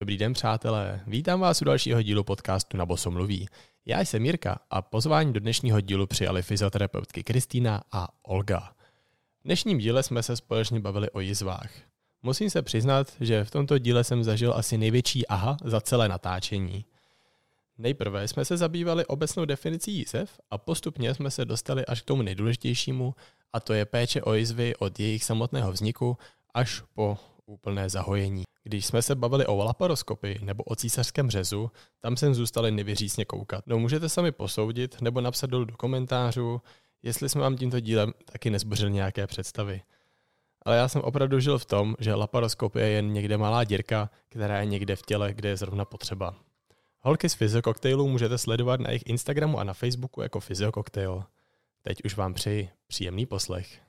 Dobrý den, přátelé. Vítám vás u dalšího dílu podcastu Na boso mluví. Já jsem Jirka a pozvání do dnešního dílu přijali fyzioterapeutky Kristýna a Olga. V dnešním díle jsme se společně bavili o jizvách. Musím se přiznat, že v tomto díle jsem zažil asi největší aha za celé natáčení. Nejprve jsme se zabývali obecnou definicí jizev a postupně jsme se dostali až k tomu nejdůležitějšímu, a to je péče o jizvy od jejich samotného vzniku až po úplné zahojení. Když jsme se bavili o laparoskopii nebo o císařském řezu, tam jsem zůstali nevěřícně koukat. No, můžete sami posoudit nebo napsat dolů do komentářů, jestli jsme vám tímto dílem taky nezbořili nějaké představy. Ale já jsem opravdu žil v tom, že laparoskopie je jen někde malá dírka, která je někde v těle, kde je zrovna potřeba. Holky z Fyziokoktejlu můžete sledovat na jejich Instagramu a na Facebooku jako Fyziokoktejl. Teď už vám přeji příjemný poslech.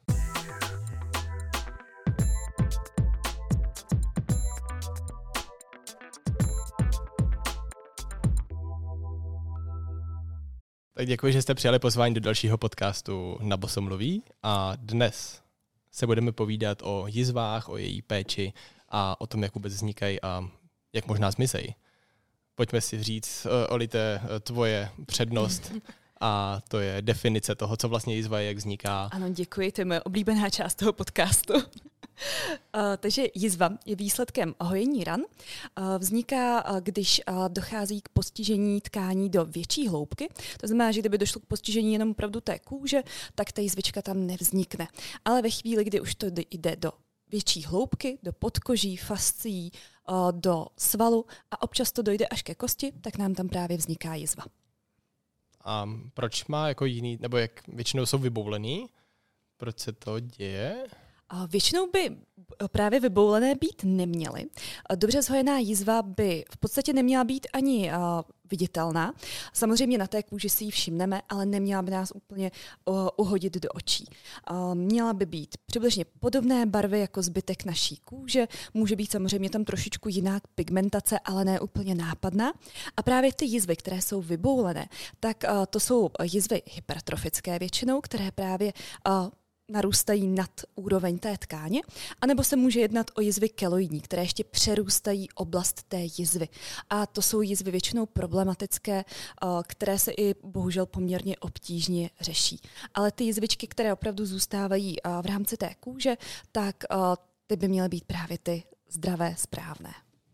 Tak děkuji, že jste přijali pozvání do dalšího podcastu Na boso mluví a dnes se budeme povídat o jizvách, o její péči a o tom, jak vůbec vznikají a jak možná zmizejí. Pojďme si říct, Olite, tvoje přednost a to je definice toho, co vlastně jizva je, jak vzniká. Ano, děkuji, to je moje oblíbená část toho podcastu. Takže jizva je výsledkem hojení ran. Vzniká, když dochází k postižení tkání do větší hloubky. To znamená, že kdyby došlo k postižení jenom opravdu té kůže, tak ta jizvička tam nevznikne. Ale ve chvíli, kdy už to jde do větší hloubky, do podkoží, fascií, do svalu a občas to dojde až ke kosti, tak nám tam právě vzniká jizva. A proč má jako jiný, nebo jak většinou jsou vyboulený? Proč se to děje? Většinou by právě vyboulené být neměly. Dobře zhojená jizva by v podstatě neměla být ani viditelná. Samozřejmě na té kůži si ji všimneme, ale neměla by nás úplně uhodit do očí. Měla by být přibližně podobné barvy jako zbytek naší kůže. Může být samozřejmě tam trošičku jiná pigmentace, ale ne úplně nápadná. A právě ty jizvy, které jsou vyboulené, tak to jsou jizvy hypertrofické většinou, které právě narůstají nad úroveň té tkáně, anebo se může jednat o jizvy keloidní, které ještě přerůstají oblast té jizvy. A to jsou jizvy většinou problematické, které se i bohužel poměrně obtížně řeší. Ale ty jizvičky, které opravdu zůstávají v rámci té kůže, tak ty by měly být právě ty zdravé, správné.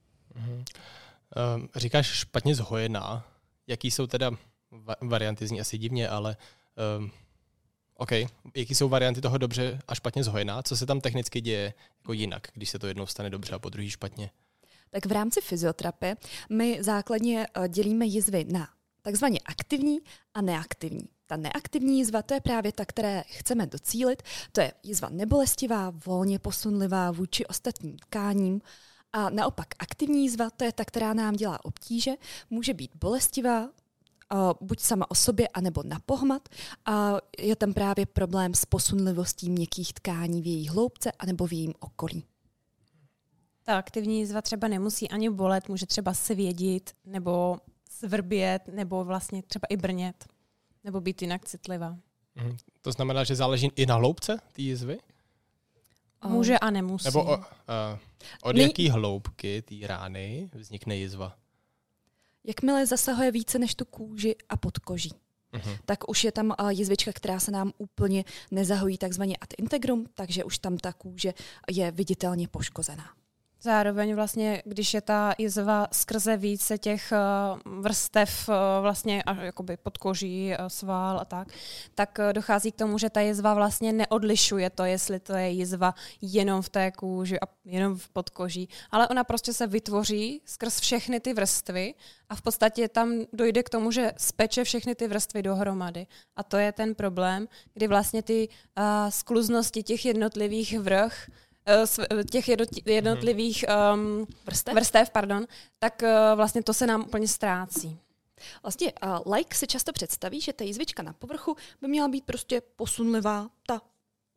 Říkáš špatně zhojená. Jaký jsou teda varianty, zní asi divně, ale OK. Jaký jsou varianty toho dobře a špatně zhojená? Co se tam technicky děje jako jinak, když se to jednou stane dobře a podruhý špatně? Tak v rámci fyzioterapie my základně dělíme jizvy na takzvaně aktivní a neaktivní. Ta neaktivní jizva, to je právě ta, které chceme docílit. To je jizva nebolestivá, volně posunlivá vůči ostatním tkáním. A naopak aktivní jizva, to je ta, která nám dělá obtíže, může být bolestivá, buď sama o sobě, anebo na pohmat. A je tam právě problém s posunlivostí měkkých tkání v její hloubce, anebo v jejím okolí. Ta aktivní jizva třeba nemusí ani bolet, může třeba svědit, nebo svrbět, nebo vlastně třeba i brnět, nebo být jinak citlivá. To znamená, že záleží i na hloubce té jizvy? Může a nemusí. Nebo od jaký hloubky té rány vznikne jizva? Jakmile zasahuje více než tu kůži a podkoží, tak už je tam jizvička, která se nám úplně nezahojí takzvaně ad integrum, takže už tam ta kůže je viditelně poškozená. Zároveň vlastně, když je ta jizva skrze více těch vrstev vlastně jakoby podkoží, sval a tak dochází k tomu, že ta jizva vlastně neodlišuje to, jestli to je jizva jenom v té kůži a jenom v podkoží, ale ona prostě se vytvoří skrz všechny ty vrstvy a v podstatě tam dojde k tomu, že speče všechny ty vrstvy dohromady. A to je ten problém, kdy vlastně ty skluznosti těch jednotlivých těch jednotlivých vrstev, tak vlastně to se nám úplně ztrácí. Vlastně laik si často představí, že ta jizvička na povrchu by měla být prostě posunlivá, ta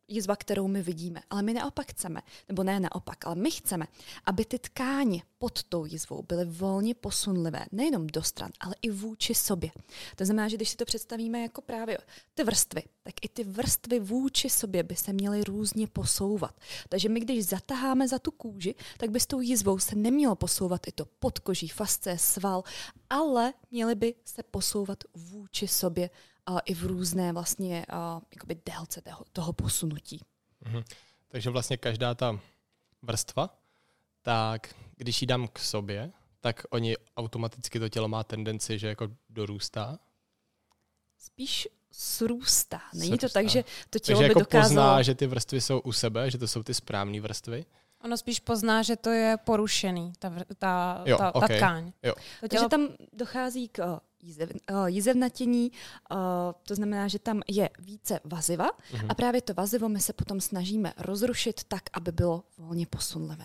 jizva, kterou my vidíme. Ale my naopak chceme, nebo ne naopak, ale my chceme, aby ty tkáně pod tou jizvou byly volně posunlivé, nejenom do stran, ale i vůči sobě. To znamená, že když si to představíme jako právě ty vrstvy, tak i ty vrstvy vůči sobě by se měly různě posouvat. Takže my, když zataháme za tu kůži, tak by s tou jizvou se nemělo posouvat i to podkoží, fascie, sval, ale měly by se posouvat vůči sobě i v různé vlastně jakoby délce toho posunutí. Takže vlastně každá ta vrstva, tak když ji dám k sobě, tak oni automaticky to tělo má tendenci, že jako dorůstá? Spíš srůstá. Není to tak, že to tělo takže by jako dokázalo... pozná, že ty vrstvy jsou u sebe, že to jsou ty správné vrstvy? Ono spíš pozná, že to je porušený, ta tkáň. Jo. Takže tam dochází k jizevnatění, to znamená, že tam je více vaziva a právě to vazivo my se potom snažíme rozrušit tak, aby bylo volně posunlivé.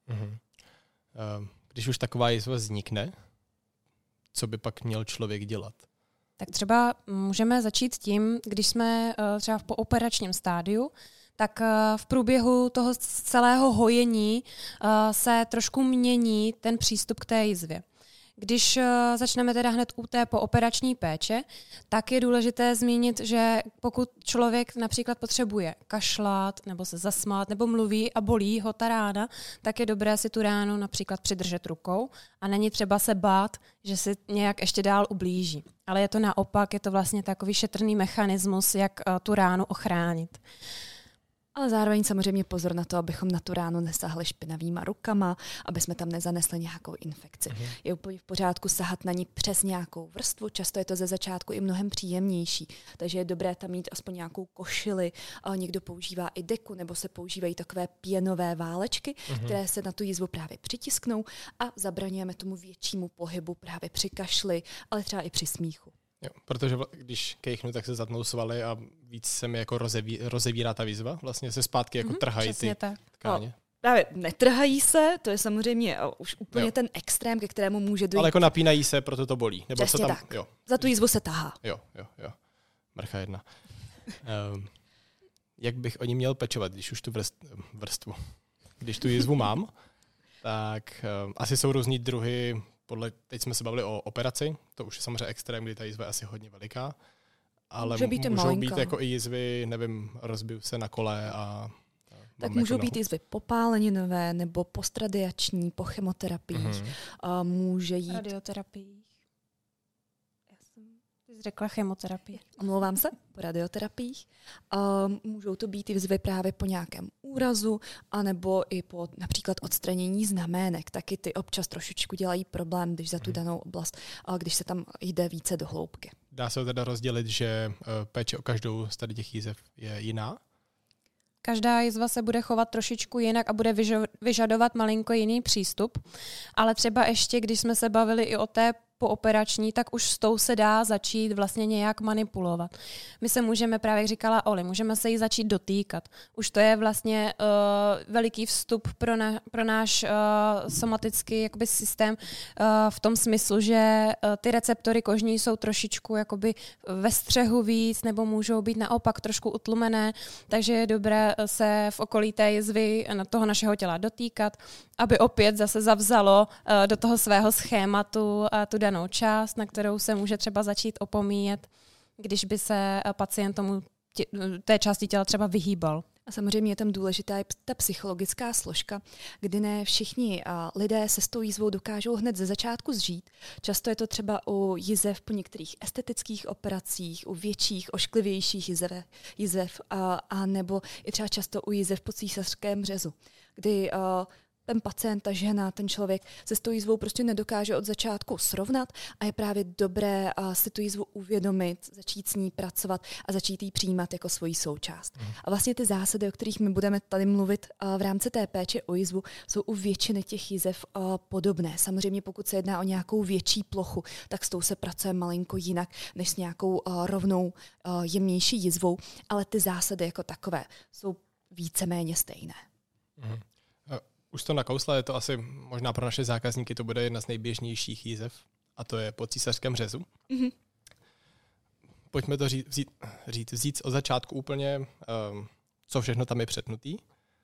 Když už taková jizva vznikne, co by pak měl člověk dělat? Tak třeba můžeme začít tím, když jsme třeba v pooperačním stádiu, tak v průběhu toho celého hojení se trošku mění ten přístup k té jizvě. Když začneme teda hned u té pooperační péče, tak je důležité zmínit, že pokud člověk například potřebuje kašlat nebo se zasmát nebo mluví a bolí ho ta rána, tak je dobré si tu ránu například přidržet rukou a není třeba se bát, že si nějak ještě dál ublíží. Ale je to naopak, je to vlastně takový šetrný mechanismus, jak tu ránu ochránit. Ale zároveň samozřejmě pozor na to, abychom na tu ránu nesahli špinavýma rukama, aby jsme tam nezanesli nějakou infekci. Je úplně v pořádku sahat na ní přes nějakou vrstvu, často je to ze začátku i mnohem příjemnější, takže je dobré tam mít aspoň nějakou košili, někdo používá i deku, nebo se používají takové pěnové válečky, které se na tu jizvu právě přitisknou a zabraňujeme tomu většímu pohybu právě při kašli, ale třeba i při smíchu. Jo, protože když kejchnu, tak se zatnou svaly a víc se mi jako rozevírá ta výzva. Vlastně se zpátky jako trhají ty tkáně. Právě netrhají se, to je samozřejmě už úplně ten extrém, ke kterému může dojít. Ale jako napínají se, proto to bolí. Nebo přesně co tam? Tak. Jo. Za tu jizvu se tahá. Jo. Mrcha jedna. Jak bych o ní měl pečovat, když už tu vrstvu? Když tu jizvu mám, tak asi jsou různý druhy. Teď jsme se bavili o operaci, to už je samozřejmě extrém, kdy ta jizva je asi hodně veliká, ale můžou být jako i jizvy, nevím, rozbiju se na kole a tak můžou být jizvy popáleninové nebo postradiační, po chemoterapiích, může jít... Radioterapii. Ty jsi řekla chemoterapii. Omlouvám se, po radioterapiích. Můžou to být jizvy právě po nějakém úrazu, anebo i po například odstranění znamének. Taky ty občas trošičku dělají problém, když za tu danou oblast, když se tam jde více do hloubky. Dá se teda rozdělit, že péče o každou z tady těch jizev je jiná? Každá jizva se bude chovat trošičku jinak a bude vyžadovat malinko jiný přístup, ale třeba ještě, když jsme se bavili i o té pooperační, tak už s tou se dá začít vlastně nějak manipulovat. My se můžeme, právě jak říkala Oli, můžeme se jí začít dotýkat. Už to je vlastně veliký vstup pro náš somatický jakoby systém v tom smyslu, že ty receptory kožní jsou trošičku jakoby ve střehu víc nebo můžou být naopak trošku utlumené, takže je dobré se v okolí té jizvy na toho našeho těla dotýkat, aby opět zase zavzalo do toho svého schématu tu danou část, na kterou se může třeba začít opomíjet, když by se pacient tomu té části těla třeba vyhýbal. A samozřejmě je tam důležitá i ta psychologická složka, kdy ne všichni lidé se s tou jizvou dokážou hned ze začátku zžít. Často je to třeba u jizev po některých estetických operacích, u větších, ošklivějších jizev a nebo i třeba často u jizev po císařském řezu, kdy ten pacient, ta žena, ten člověk se s tou jizvou prostě nedokáže od začátku srovnat a je právě dobré si tu jizvu uvědomit, začít s ní pracovat a začít ji přijímat jako svoji součást. A vlastně ty zásady, o kterých my budeme tady mluvit v rámci té péče o jizvu, jsou u většiny těch jizev podobné. Samozřejmě pokud se jedná o nějakou větší plochu, tak s tou se pracuje malinko jinak, než s nějakou rovnou jemnější jizvou, ale ty zásady jako takové jsou víceméně stejné. Už to nakousla, je to asi možná pro naše zákazníky to bude jedna z nejběžnějších jizev a to je po císařském řezu. Pojďme to vzít od začátku úplně. co všechno tam je přetnutý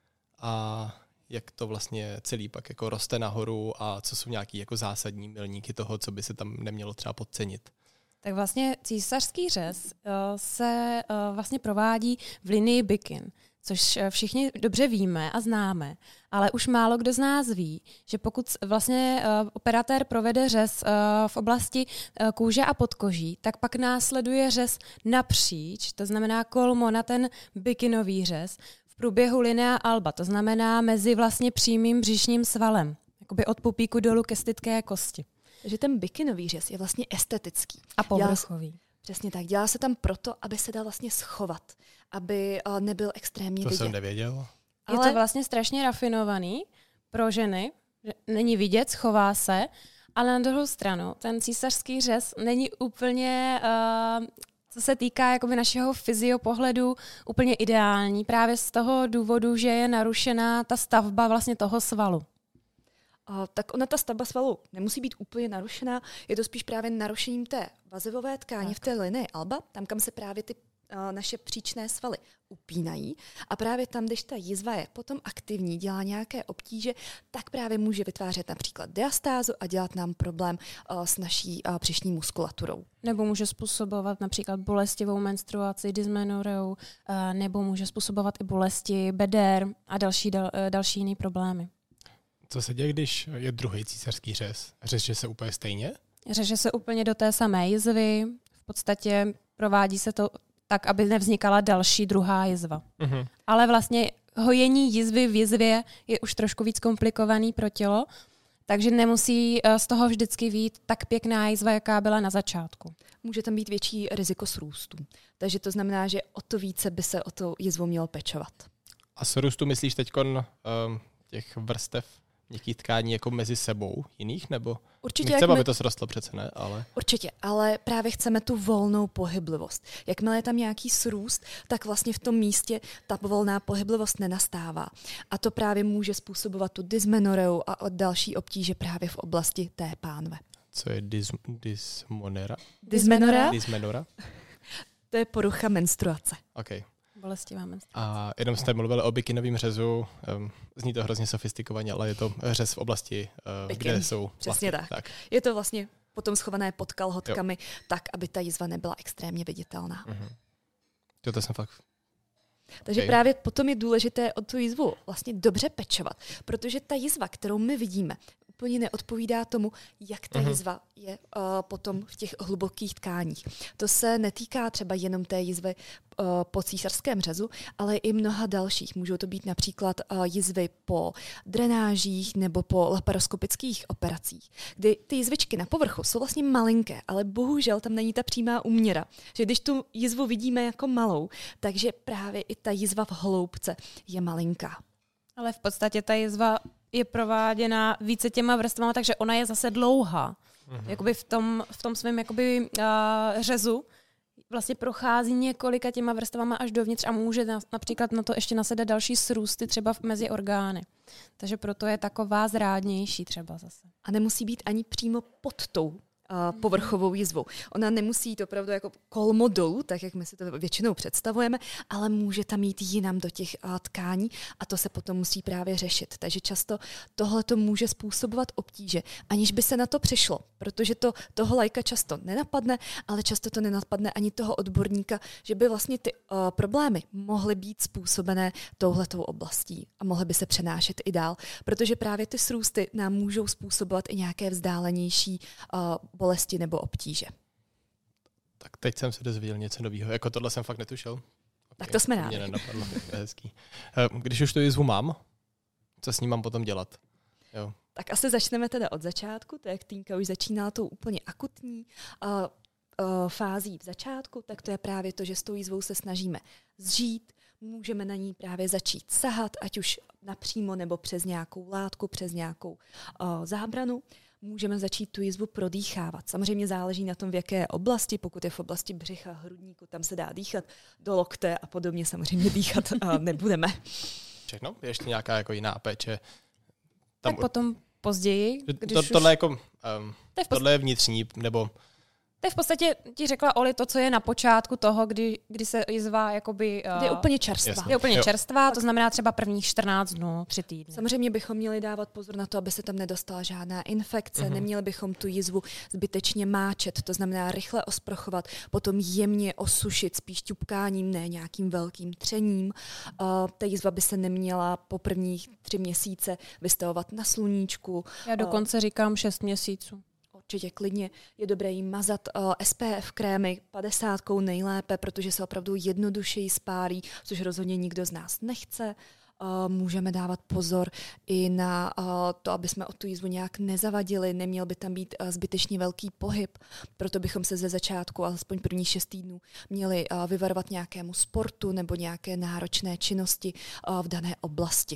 a jak to vlastně celý pak jako roste nahoru a co jsou nějaký jako zásadní milníky toho, co by se tam nemělo třeba podcenit. Tak vlastně císařský řez se vlastně provádí v linii bikin, což všichni dobře víme a známe, ale už málo kdo z nás ví, že pokud vlastně operatér provede řez v oblasti kůže a podkoží, tak pak následuje řez napříč, to znamená kolmo na ten bikinový řez v průběhu linea alba, to znamená mezi vlastně přímým břišním svalem, jakoby od pupíku dolů ke stytké kosti. Takže ten bikinový řez je vlastně estetický. A povrchový. Přesně tak. Dělá se tam proto, aby se dal vlastně schovat, aby nebyl extrémně vidět. To jsem nevěděl. Je to vlastně strašně rafinovaný pro ženy, že není vidět, schová se, ale na druhou stranu ten císařský řez není úplně, co se týká jakoby našeho fyziopohledu, úplně ideální. Právě z toho důvodu, že je narušená ta stavba vlastně toho svalu. Tak ona ta stavba svalu nemusí být úplně narušená, je to spíš právě narušením té vazivové tkáně tak v té linii alba, tam, kam se právě ty naše příčné svaly upínají. A právě tam, když ta jizva je potom aktivní, dělá nějaké obtíže, tak právě může vytvářet například diastázu a dělat nám problém s naší břišní muskulaturou. Nebo může způsobovat například bolestivou menstruaci, dysmenoreu, nebo může způsobovat i bolesti beder a další jiné problémy. Co se děje, když je druhý císařský řez? Řeže se úplně stejně? Řeže se úplně do té samé jizvy. V podstatě provádí se to tak, aby nevznikala další druhá jizva. Uh-huh. Ale vlastně hojení jizvy v jizvě je už trošku víc komplikovaný pro tělo, takže nemusí z toho vždycky vyjít tak pěkná jizva, jaká byla na začátku. Může tam být větší riziko srůstu. Takže to znamená, že o to více by se o to jizvu mělo pečovat. A srůstu myslíš teďkon těch vrstev měkkých tkání jako mezi sebou jiných, nebo určitě, my chceme, aby to srostlo přece, ne? Ale... Určitě, ale právě chceme tu volnou pohyblivost. Jakmile je tam nějaký srůst, tak vlastně v tom místě ta volná pohyblivost nenastává. A to právě může způsobovat tu dysmenoreu a další obtíže právě v oblasti té pánve. Co je dysmonera? Dysmenora? To je porucha menstruace. Okay. Bolestivá menstruace. A jenom jste mluvili o bikinovém řezu, zní to hrozně sofistikovaně, ale je to řez v oblasti, kde jsou přesně tak. Je to vlastně potom schované pod kalhotkami, tak, aby ta jizva nebyla extrémně viditelná. To jsem fakt... Takže právě potom je důležité o tu jizvu vlastně dobře pečovat, protože ta jizva, kterou my vidíme, úplně neodpovídá tomu, jak ta jizva je potom v těch hlubokých tkáních. To se netýká třeba jenom té jizvy po císařském řezu, ale i mnoha dalších. Můžou to být například jizvy po drenážích nebo po laparoskopických operacích, kdy ty jizvičky na povrchu jsou vlastně malinké, ale bohužel tam není ta přímá úměra. Že když tu jizvu vidíme jako malou, takže právě i ta jizva v hloubce je malinká. Ale v podstatě ta jizva je prováděna více těma vrstvama, takže ona je zase dlouhá. Jakoby v tom svém jakoby, řezu vlastně prochází několika těma vrstvama až dovnitř a může například na to ještě nasedat další srůsty třeba mezi orgány. Takže proto je taková zrádnější třeba zase. A nemusí být ani přímo pod tou povrchovou jizvou. Ona nemusí jít opravdu jako kolmo dolů, tak jak my si to většinou představujeme, ale může tam jít jinam do těch tkání a to se potom musí právě řešit. Takže často tohle to může způsobovat obtíže, aniž by se na to přišlo, protože toho laika často nenapadne, ale často to nenapadne ani toho odborníka, že by vlastně ty problémy mohly být způsobené touhletou oblastí a mohly by se přenášet i dál, protože právě ty srůsty nám můžou způsobovat i nějaké vzdálenější bolesti nebo obtíže. Tak teď jsem se dozvěděl něco nového. Jako tohle jsem fakt netušil. Tak to jsme rádi. Mě nenapadlo, to je hezký. Když už tu jizvu mám, co s ní mám potom dělat? Jo. Tak asi začneme teda od začátku, to jak Týnka už začínala tou úplně akutní fází v začátku, tak to je právě to, že s tou jizvou se snažíme zžít, můžeme na ní právě začít sahat, ať už napřímo nebo přes nějakou látku, přes nějakou zábranu. Můžeme začít tu jizvu prodýchávat. Samozřejmě záleží na tom, v jaké oblasti. Pokud je v oblasti břicha, hrudníku, tam se dá dýchat, do lokte a podobně samozřejmě dýchat nebudeme. Všechno? Je ještě nějaká jako jiná péče? Tam tak potom později. Tohle, jako, tohle je vnitřní, nebo To je v podstatě, ti řekla Oli, to, co je na počátku toho, kdy se jizva jakoby... Je úplně čerstvá. Je úplně čerstvá, to znamená třeba prvních 14 dnů, 3 týdny. Samozřejmě bychom měli dávat pozor na to, aby se tam nedostala žádná infekce, neměli bychom tu jizvu zbytečně máčet, to znamená rychle osprochovat, potom jemně osušit, spíš ťupkáním, ne nějakým velkým třením. Ta jizva by se neměla po prvních 3 měsíce vystavovat na sluníčku. Já dokonce říkám 6 měsíců. Určitě klidně je dobré jí mazat SPF krémy 50 nejlépe, protože se opravdu jednodušeji spálí, což rozhodně nikdo z nás nechce. Můžeme dávat pozor i na to, aby jsme o tu jízvu nějak nezavadili, neměl by tam být zbytečně velký pohyb, proto bychom se ze začátku, alespoň první 6 týdnů, měli vyvarovat nějakému sportu nebo nějaké náročné činnosti v dané oblasti.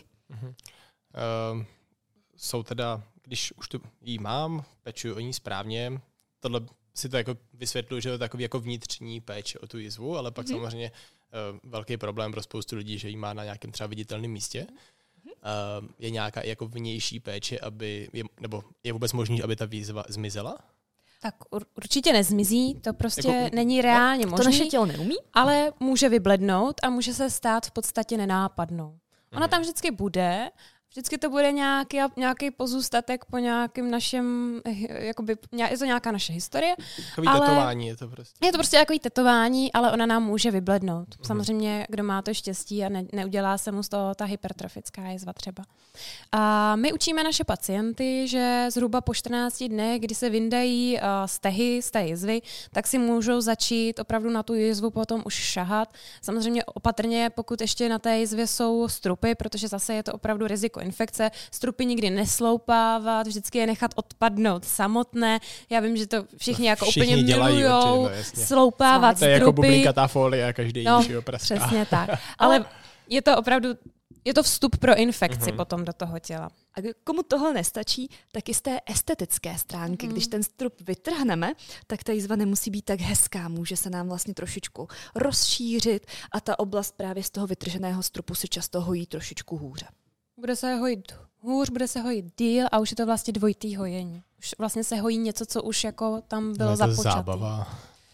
Jsou teda, když už tu jí mám, pečuji o ní správně, tohle si to jako vysvětluji, že je to takový jako vnitřní péče o tu jizvu, ale pak samozřejmě velký problém pro spoustu lidí, že ji má na nějakém třeba viditelném místě. Je nějaká jako vnější péče, nebo je vůbec možný, aby ta výzva zmizela? Tak určitě nezmizí, to prostě není reálně možné. To naše tělo neumí? Ale může vyblednout a může se stát v podstatě nenápadnou. Ona tam vždycky bude, vždycky to bude nějaký pozůstatek po nějakém našem, jakoby, je to nějaká naše historie. Takový tetování je to prostě. Je to prostě takový tetování, ale ona nám může vyblednout. Samozřejmě, kdo má to štěstí a neudělá se mu z toho ta hypertrofická jizva třeba. A my učíme naše pacienty, že zhruba po 14 dnech, kdy se vyndají stehy z té jizvy, tak si můžou začít opravdu na tu jizvu potom už šahat. Samozřejmě opatrně, pokud ještě na té jizvě jsou strupy, protože zase je to opravdu riziko infekce, strupy nikdy nesloupávat, vždycky je nechat odpadnout samotné. Já vím, že to všichni jako úplně milujou, sloupávat strupy. To je jako bublinkatá folie, každý jížího praska. Přesně tak. Ale je to opravdu, je to vstup pro infekci potom do toho těla. A komu tohle nestačí, tak i z té estetické stránky. Když ten strup vytrhneme, tak ta jizva nemusí být tak hezká. Může se nám vlastně trošičku rozšířit a ta oblast právě z toho vytrženého strupu se často hojí trošičku hůře. Bude se hojit hůř, bude se hojit díl a už je to vlastně dvojitý hojení. Už vlastně se hojí něco, co už jako tam bylo započaté. Zábava.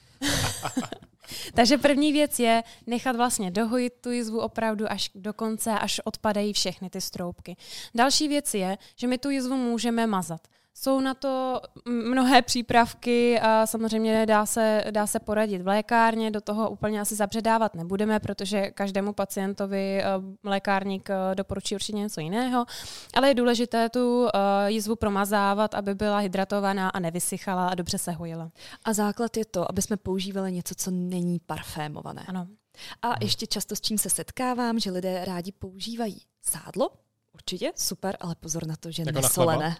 Takže první věc je nechat vlastně dohojit tu jizvu opravdu až do konce, až odpadají všechny ty stroupky. Další věc je, že my tu jizvu můžeme mazat. Jsou na to mnohé přípravky a samozřejmě dá se poradit v lékárně, do toho úplně asi zabředávat nebudeme, protože každému pacientovi lékárník doporučí určitě něco jiného, ale je důležité tu jizvu promazávat, aby byla hydratovaná a nevysychala a dobře se hojila. A základ je to, aby jsme používali něco, co není parfémované. Ano. A ještě často s čím se setkávám, že lidé rádi používají sádlo, určitě, super, ale pozor na to, že jako nesolené.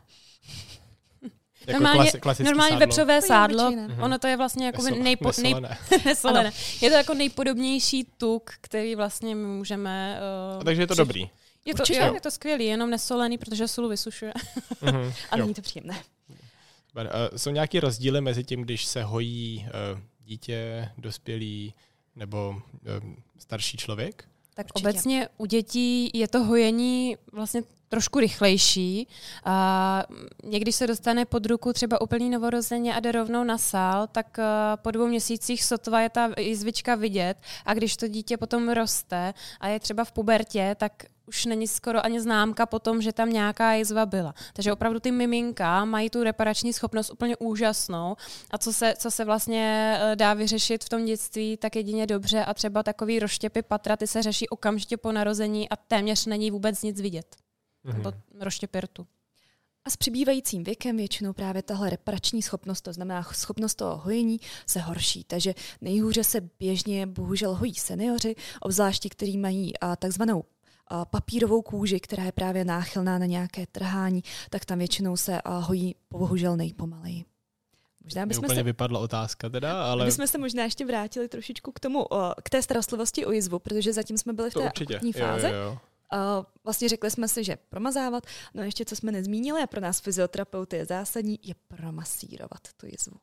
Jako normálně vepřové sádlo, to ono to je vlastně jako nesolené. Je to jako nejpodobnější tuk, který vlastně my můžeme... Takže je to dobrý. Je to skvělý, jenom nesolený, protože sůl vysušuje. A není to příjemné. Jsou nějaké rozdíly mezi tím, když se hojí dítě, dospělý nebo starší člověk? Tak určitě. Obecně u dětí je to hojení vlastně trošku rychlejší. A někdy se dostane pod ruku třeba úplný novorozeně a jde rovnou na sál, tak po 2 měsících sotva je ta jizvička vidět a když to dítě potom roste a je třeba v pubertě, tak už není skoro ani známka po tom, že tam nějaká jizva byla. Takže opravdu ty miminka mají tu reparační schopnost úplně úžasnou a co se vlastně dá vyřešit v tom dětství, tak jedině dobře a třeba takový rozštěpy patra, ty se řeší okamžitě po narození a téměř není vůbec nic vidět. Nebo rozštěpy rtu. A s přibývajícím věkem většinou právě tahle reparační schopnost, to znamená schopnost toho hojení, se horší. Takže nejhůře se běžně bohužel hojí seniori, obzvláště kteří mají takzvanou papírovou kůži, která je právě náchylná na nějaké trhání, tak tam většinou se hojí bohužel nejpomaleji. Možná bychom úplně vypadla otázka teda, ale... Bychom se možná ještě vrátili trošičku k té starostlivosti o jizvu, protože zatím jsme byli v té akutní fázi. Jo. Vlastně řekli jsme si, že promazávat, no ještě co jsme nezmínili a pro nás fyzioterapeuty je zásadní, je promasírovat tu jizvu.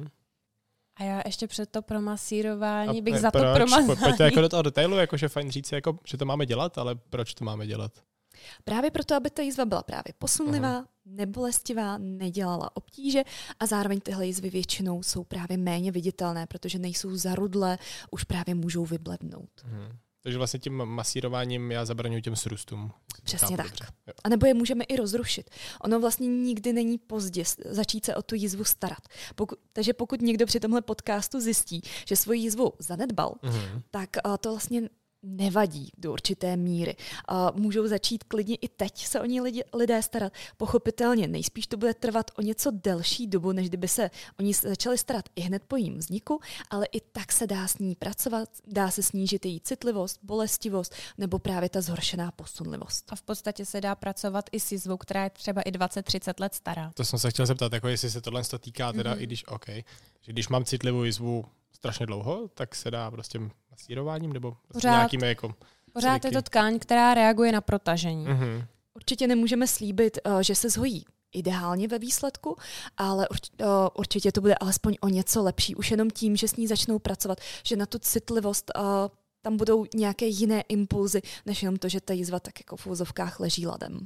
A já ještě před to promasírování bych za to promazání. Pojďte jako do toho detailu, jakože fajn říct, jako, že to máme dělat, ale proč to máme dělat? Právě proto, aby ta jizva byla právě posunlivá, nebolestivá, nedělala obtíže a zároveň tyhle jizvy většinou jsou právě méně viditelné, protože nejsou zarudlé, už právě můžou vyblebnout. Takže vlastně tím masírováním já zabraňuji těm srůstům. Přesně tak. A nebo je můžeme i rozrušit. Ono vlastně nikdy není pozdě začít se o tu jizvu starat. Takže pokud někdo při tomhle podcastu zjistí, že svoji jizvu zanedbal, tak to vlastně nevadí do určité míry. Můžou začít klidně i teď se o ní lidé starat. Pochopitelně nejspíš to bude trvat o něco delší dobu, než kdyby se o ní začali starat i hned po jejím vzniku, ale i tak se dá s ní pracovat, dá se snížit její citlivost, bolestivost nebo právě ta zhoršená posunlivost. A v podstatě se dá pracovat i s jizvou, která je třeba i 20-30 let stará. To jsem se chtěl zeptat, jako jestli se tohle týká teda i když, že když mám citlivou jizvu strašně dlouho, tak se dá prostě masírováním nebo prostě nějakými jako pořád je to tkáň, která reaguje na protažení. Určitě nemůžeme slíbit, že se zhojí ideálně ve výsledku, ale určitě to bude alespoň o něco lepší. Už jenom tím, že s ní začnou pracovat, že na tu citlivost tam budou nějaké jiné impulzy, než jenom to, že ta jizva tak jako v úzovkách leží ladem.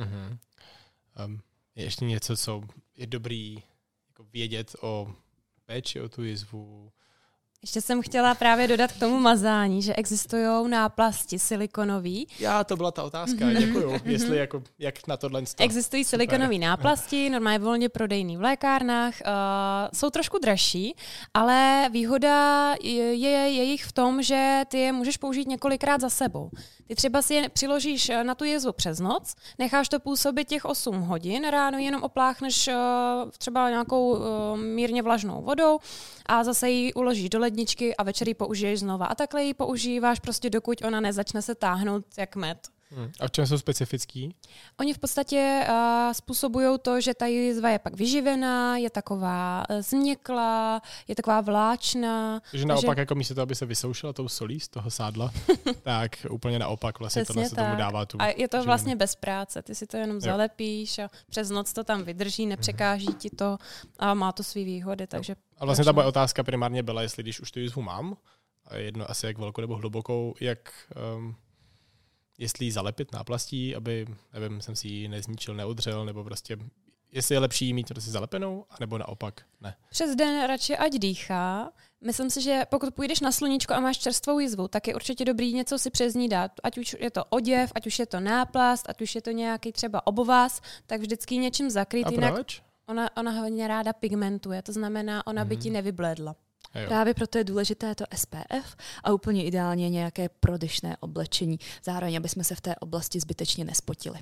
Je ještě něco, co je dobrý jako vědět o péči o tu jizvu? Ještě jsem chtěla právě dodat k tomu mazání, že existují náplasti silikonový. To byla ta otázka, děkuju. Jestli jako, jak na tohle stav. Existují silikonový náplasti, normálně volně prodejný v lékárnách, jsou trošku dražší, ale výhoda je jejich v tom, že ty je můžeš použít několikrát za sebou. Ty třeba si je přiložíš na tu jizvu přes noc, necháš to působit těch 8 hodin, ráno jenom opláchneš třeba nějakou mírně vlažnou vodou a zase ji uložíš do ledničky a večer ji použiješ znova. A takhle ji používáš prostě, dokud ona nezačne se táhnout jak med. A v čem jsou specifický? Oni v podstatě způsobují to, že ta jizva je pak vyživená, je taková změklá, je taková vláčná. Takže naopak jako místo toho, aby se vysoušila tou solí z toho sádla, tak úplně naopak vlastně tohle se tomu dává tu. A je to vlastně bez práce, ty si to jenom zalepíš a přes noc to tam vydrží, nepřekáží ti to a má to svý výhody, takže... A vlastně ta moje otázka primárně byla, jestli když už tu jizvu mám, a jedno asi jak velkou nebo hlubokou, jak... jestli ji zalepit náplastí, aby, nevím, jsem si ji nezničil, neodřel, nebo prostě, jestli je lepší mít prostě zalepenou, nebo naopak ne. Přes den radši ať dýchá. Myslím si, že pokud půjdeš na sluníčko a máš čerstvou jizvu, tak je určitě dobrý něco si přes ní dát. Ať už je to oděv, ať už je to náplast, ať už je to nějaký třeba obovaz, tak vždycky něčím zakrýt. A proč? Ona hodně ráda pigmentuje, to znamená, ona by ti nevybledla. Právě proto je důležité to SPF a úplně ideálně nějaké prodyšné oblečení. Zároveň, aby jsme se v té oblasti zbytečně nespotili.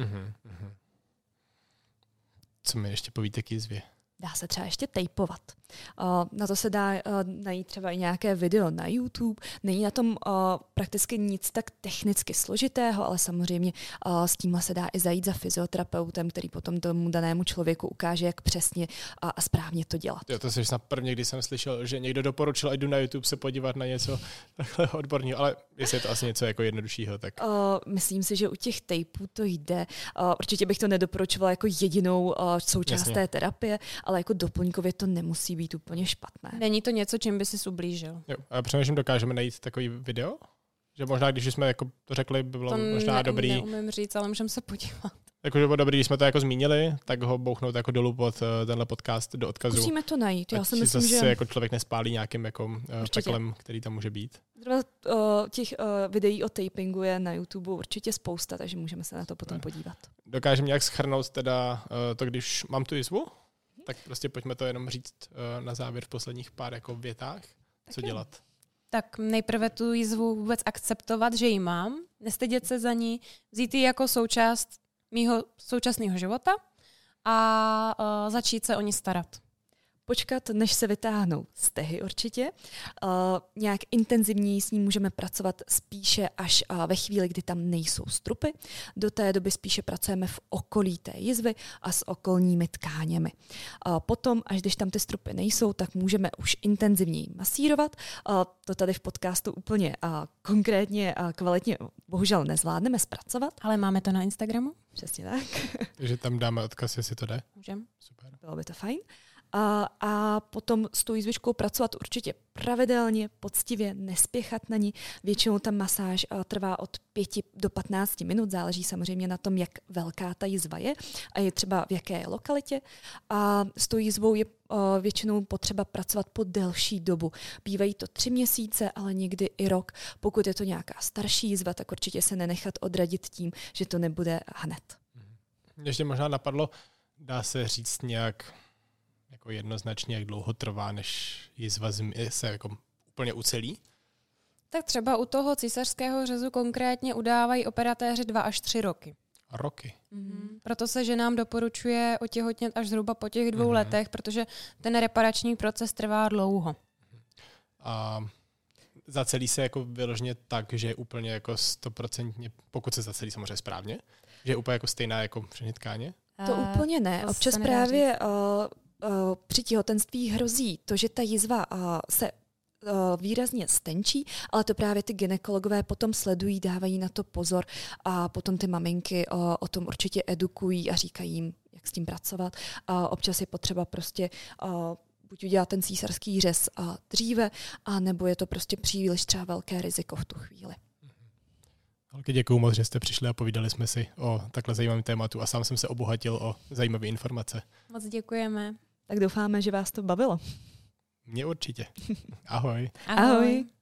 Co mi ještě povíte k jizvě? Dá se třeba ještě tejpovat. Na to se dá najít třeba i nějaké video na YouTube. Není na tom prakticky nic tak technicky složitého, ale samozřejmě s tímhle se dá i zajít za fyzioterapeutem, který potom tomu danému člověku ukáže, jak přesně a správně to dělat. Jo, to jsi snad prvně, když jsem slyšel, že někdo doporučil, ať jdu na YouTube se podívat na něco takhle odborného, ale jestli je to asi něco jako jednoduššího, tak... Myslím si, že u těch tejpů to jde. Určitě bych to nedoporučovala jako jedinou součást té terapie, ale jako doplňkově to nemusí být úplně špatné. Není to něco, čím by si ublížil. Jo, a přemýšlím, dokážeme najít takový video? Že možná, když jsme jako to řekli, by bylo možná dobrý... Neumím říct, ale můžeme se podívat. Jakože bylo dobrý, když jsme to jako zmínili, tak ho bouchnout jako dolů pod tenhle podcast do odkazu. Musíme to najít. Já si myslím, že se jako člověk nespálí nějakým jako peklem, který tam může být. Těch videí o tapingu je na YouTube určitě spousta, takže můžeme se na to potom podívat. Dokážeme nějak shrnout teda to, když mám tu jizvu? Tak prostě pojďme to jenom říct na závěr v posledních pár jako větách. Co dělat? Tak nejprve tu jizvu vůbec akceptovat, že ji mám, nestydět se za ní, vzít ji jako součást mýho současného života a začít se o ní starat. Počkat, než se vytáhnou stehy určitě. Nějak intenzivněji s ní můžeme pracovat spíše až ve chvíli, kdy tam nejsou strupy. Do té doby spíše pracujeme v okolí té jizvy a s okolními tkáněmi. Potom, až když tam ty strupy nejsou, tak můžeme už intenzivněji masírovat. To tady v podcastu úplně konkrétně a kvalitně bohužel nezvládneme zpracovat. Ale máme to na Instagramu? Přesně tak. Takže tam dáme odkaz, jestli to jde. Můžeme. Super. Bylo by to fajn. a potom s tou jizvičkou pracovat určitě pravidelně, poctivě, nespěchat na ní. Většinou ta masáž trvá od 5 do 15 minut, záleží samozřejmě na tom, jak velká ta jizva je a je třeba v jaké lokalitě. A s tou jizvou je většinou potřeba pracovat po delší dobu. Bývají to 3 měsíce, ale někdy i rok. Pokud je to nějaká starší jizva, tak určitě se nenechat odradit tím, že to nebude hned. Ještě možná napadlo, dá se říct nějak jako jednoznačně, jak dlouho trvá, než jizva se jako úplně ucelí? Tak třeba u toho císařského řezu konkrétně udávají operatéři 2 až 3 roky. Roky. Proto se ženám doporučuje otěhotnět až zhruba po těch 2 letech, protože ten reparační proces trvá dlouho. A zacelí se jako vyloženě tak, že je úplně jako 100%, pokud se zacelí samozřejmě správně, že je úplně jako stejná jako všechny tkáně? To úplně ne. Občas právě při těhotenství hrozí to, že ta jizva se výrazně stenčí, ale to právě ty gynekologové potom sledují, dávají na to pozor a potom ty maminky o tom určitě edukují a říkají jim, jak s tím pracovat. Občas je potřeba prostě buď udělat ten císařský řez dříve, a nebo je to prostě příliš třeba velké riziko v tu chvíli. Holky, děkuju moc, že jste přišli a povídali jsme si o takhle zajímavém tématu a sám jsem se obohatil o zajímavé informace. Moc děkujeme. Tak doufáme, že vás to bavilo. Mě určitě. Ahoj. Ahoj.